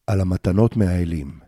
על המתנות מהאלים.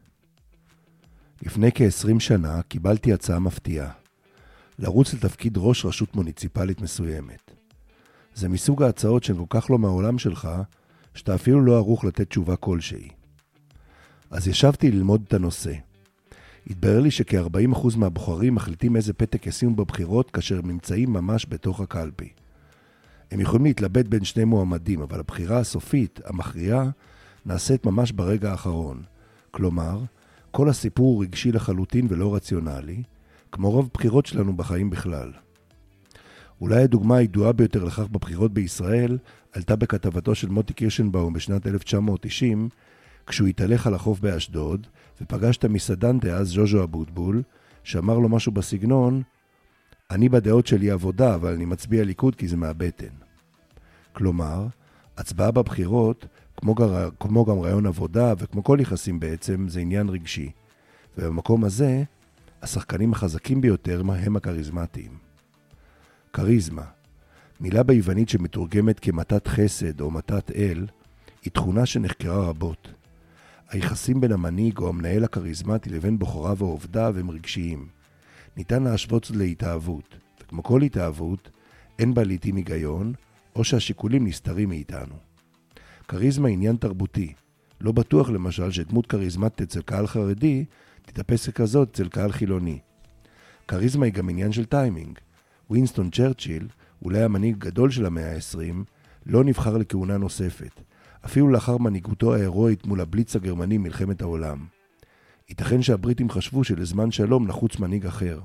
לפני כ-20 שנה קיבלתי הצעה מפתיעה, לרוץ לתפקיד ראש רשות מוניציפלית מסוימת. זה מסוג ההצעות שהן כל כך לא מהעולם שלך, שאתה אפילו לא ערוך לתת תשובה כלשהי. אז ישבתי ללמוד את הנושא. התברר לי שכ-40% מהבוחרים מחליטים איזה פתק ישימו בבחירות כאשר הם נמצאים ממש בתוך הקלפי. הם יכולים להתלבט בין שני מועמדים, אבל הבחירה הסופית, המכריעה, נעשית ממש ברגע האחרון. כלומר, כל הסיפור הוא רגשי לחלוטין ולא רציונלי, כמו רוב בחירות שלנו בחיים בכלל. אולי הדוגמה הידועה ביותר לכך בבחירות בישראל עלתה בכתבתו של מוטי קירשנבאום בשנת 1990, כשהוא התהלך על החוף באשדוד ופגש את המסעדן דאז ז'וז'ו אבוטבול, שאמר לו משהו בסגנון, אני בדעות שלי עבודה, אבל אני מצביע ליכוד כי זה מהבטן. כלומר, הצבעה בבחירות, כמו גם רעיון עבודה וכמו כל יחסים בעצם, זה עניין רגשי. ובמקום הזה, השחקנים החזקים ביותר הם הכריזמטיים. כריזמה, מילה ביוונית שמתורגמת כמתת חסד או מתת אל, היא תכונה שנחקרה רבות. היחסים בין המנהיג או המנהל הכריזמטי לבין בוחריו ועובדיו הם רגשיים. ניתן להשוות זאת להתאהבות, וכמו כל התאהבות, אין בה לעתים היגיון, או שהשיקולים נסתרים מאיתנו. כריזמה היא עניין תרבותי. לא בטוח למשל שדמות כריזמטית אצל קהל חרדי תתאפס כזאת אצל קהל חילוני. כריזמה היא גם עניין של טיימינג. ווינסטון צ'רצ'יל, אולי המנהיג הגדול של המאה ה-20, לא נבחר לכהונה נוספת, אפילו לאחר מנהיגותו ההירואית מול הבליץ הגרמני מלחמת העולם. ייתכן שהבריטים חשבו שלזמן שלום נחוץ מנהיג אחר.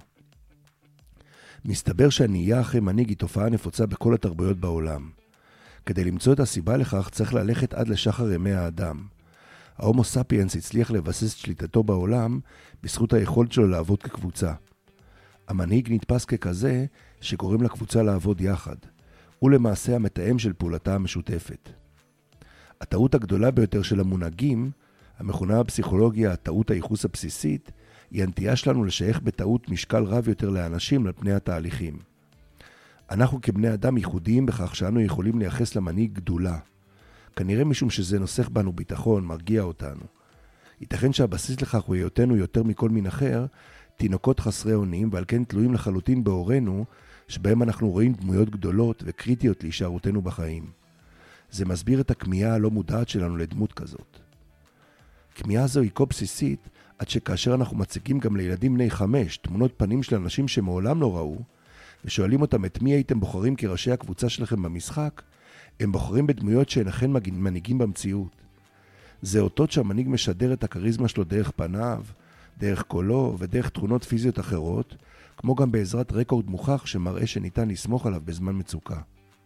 מסתבר שהנהייה אחרי מנהיג היא תופעה נפוצה בכל התרבויות בעולם. כדי למצוא את הסיבה לכך צריך ללכת עד לשחר ימי האדם. ההומו ספיאנס הצליח לבסס שליטתו בעולם בזכות היכולת שלו לעבוד כקבוצה. המנהיג נתפס ככזה שקוראים לקבוצה לעבוד יחד. הוא למעשה המתאם של פעולתה המשותפת. הטעות הגדולה ביותר של המונהגים, המכונה בפסיכולוגיה הטעות הייחוס הבסיסית, היא הנטייה שלנו לשייך בטעות משקל רב יותר לאנשים על פני התהליכים. אנחנו כבני אדם ייחודיים בכך שאנו יכולים לייחס למנהיג גדולה. כנראה משום שזה נוסח בנו ביטחון, מרגיע אותנו. ייתכן שהבסיס לכך הוא היותנו יותר מכל מין אחר, תינוקות חסרי אונים ועל כן תלויים לחלוטין בהורינו, שבהם אנחנו רואים דמויות גדולות וקריטיות להישארותנו בחיים. זה מסביר את הכמיהה הלא מודעת שלנו לדמות כזאת. כמיהה זו היא כה בסיסית, עד שכאשר אנחנו מציגים גם לילדים בני 5 תמונות פנים של אנשים שמעולם לא ראו, ושואלים אותם את מי הייתם בוחרים כראשי הקבוצה שלכם במשחק, הם בוחרים בדמויות שהן אכן מנהיגים במציאות. זה אותות שהמנהיג משדר את הכריזמה שלו דרך פניו, דרך קולו ודרך תכונות פיזיות אחרות, כמו גם בעזרת רקורד מוכח שמראה שניתן לסמוך עליו בזמן מצוקה.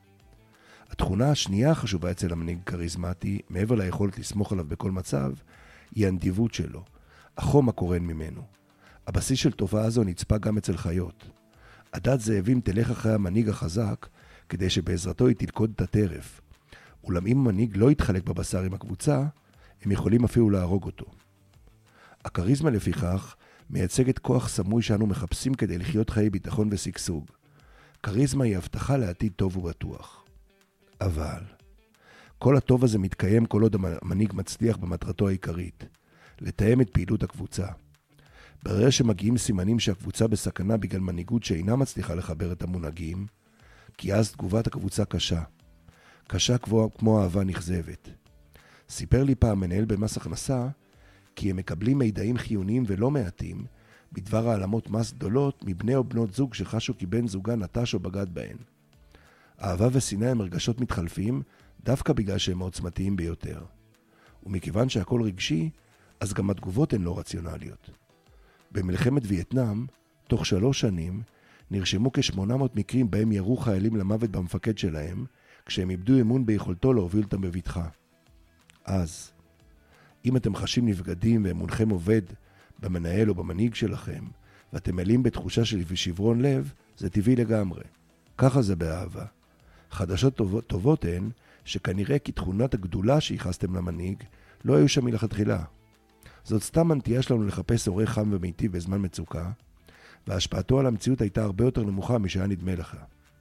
התכונה השנייה החשובה אצל המנהיג כריזמטי, מעבר ליכולת לסמוך עליו בכל מצב, היא הנדיבות שלו, החום הקורן ממנו. הבסיס של תופעה זו נצפה גם אצל חיות. עדת זאבים תלך אחרי המנהיג החזק, כדי שבעזרתו היא תלכוד את הטרף. אולם אם המנהיג לא יתחלק בבשר עם הקבוצה, הם יכולים אפילו להרוג אותו. הכריזמה לפיכך מייצגת כוח סמוי שאנו מחפשים כדי לחיות חיי ביטחון וסגסוג. כריזמה היא הבטחה לעתיד טוב ובטוח. אבל כל הטוב הזה מתקיים כל עוד המנהיג מצליח במטרתו העיקרית, לתאם את פעילות הקבוצה. ברגע שמגיעים סימנים שהקבוצה בסכנה בגלל מנהיגות שאינה מצליחה לחבר את המונהגים, כי אז תגובת הקבוצה קשה. קשה כמו אהבה נכזבת. סיפר לי פעם מנהל במס הכנסה, כי הם מקבלים מידעים חיוניים ולא מעטים, בדבר העלמות מס גדולות מבני או בנות זוג שחשו כי בן זוגה נטש או בגד בהן. אהבה ושנאה הם רגשות מתחלפים, דווקא בגלל שהם העוצמתיים ביותר. ומכיוון שהכל רגשי, אז גם התגובות הן לא רציונליות. במלחמת וייטנאם, תוך 3 שנים, נרשמו כ-800 מקרים בהם ירו חיילים למוות במפקד שלהם, כשהם איבדו אמון ביכולתו להוביל אותם בבטחה. אז, אם אתם חשים נבגדים ואמונכם עובד במנהל או במנהיג שלכם, ואתם מלאים בתחושה של שברון לב, זה טבעי לגמרי. ככה זה באהבה. חדשות טובות הן שכנראה כי תכונת הגדולה שייחסתם למנהיג לא היו שם מלכתחילה. זאת סתם הנטייה שלנו לחפש עורך חם ומיטיב בזמן מצוקה, והשפעתו על המציאות הייתה הרבה יותר נמוכה משהיה נדמה לך.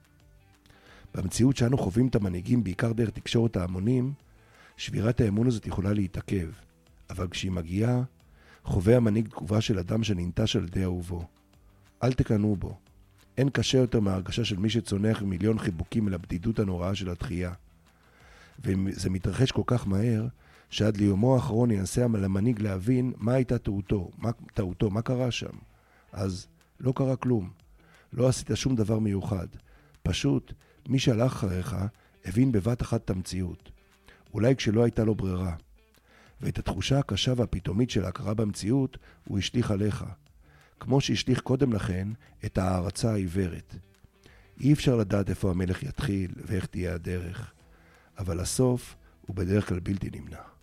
במציאות שאנו חווים את המנהיגים בעיקר דרך תקשורת ההמונים, שבירת האמון הזאת יכולה להתעכב, אבל כשהיא מגיעה, חווה המנהיג תגובה של אדם שננטש על ידי אהובו. אל תקנו בו. אין קשה יותר מההרגשה של מי שצונח מיליון חיבוקים אל הבדידות הנוראה של התחייה. וזה מתרחש כל כך מהר, שעד ליומו האחרון ינסה למנהיג להבין מה הייתה טעותו, מה קרה שם. אז לא קרה כלום. לא עשית שום דבר מיוחד. פשוט, מי שהלך אחריך הבין בבת אחת את המציאות. אולי כשלא הייתה לו ברירה. ואת התחושה הקשה והפתאומית של ההכרה במציאות הוא השליך עליך. כמו שהשליך קודם לכן את ההערצה העיוורת. אי אפשר לדעת איפה המלך יתחיל ואיך תהיה הדרך. אבל הסוף הוא בדרך כלל בלתי נמנע.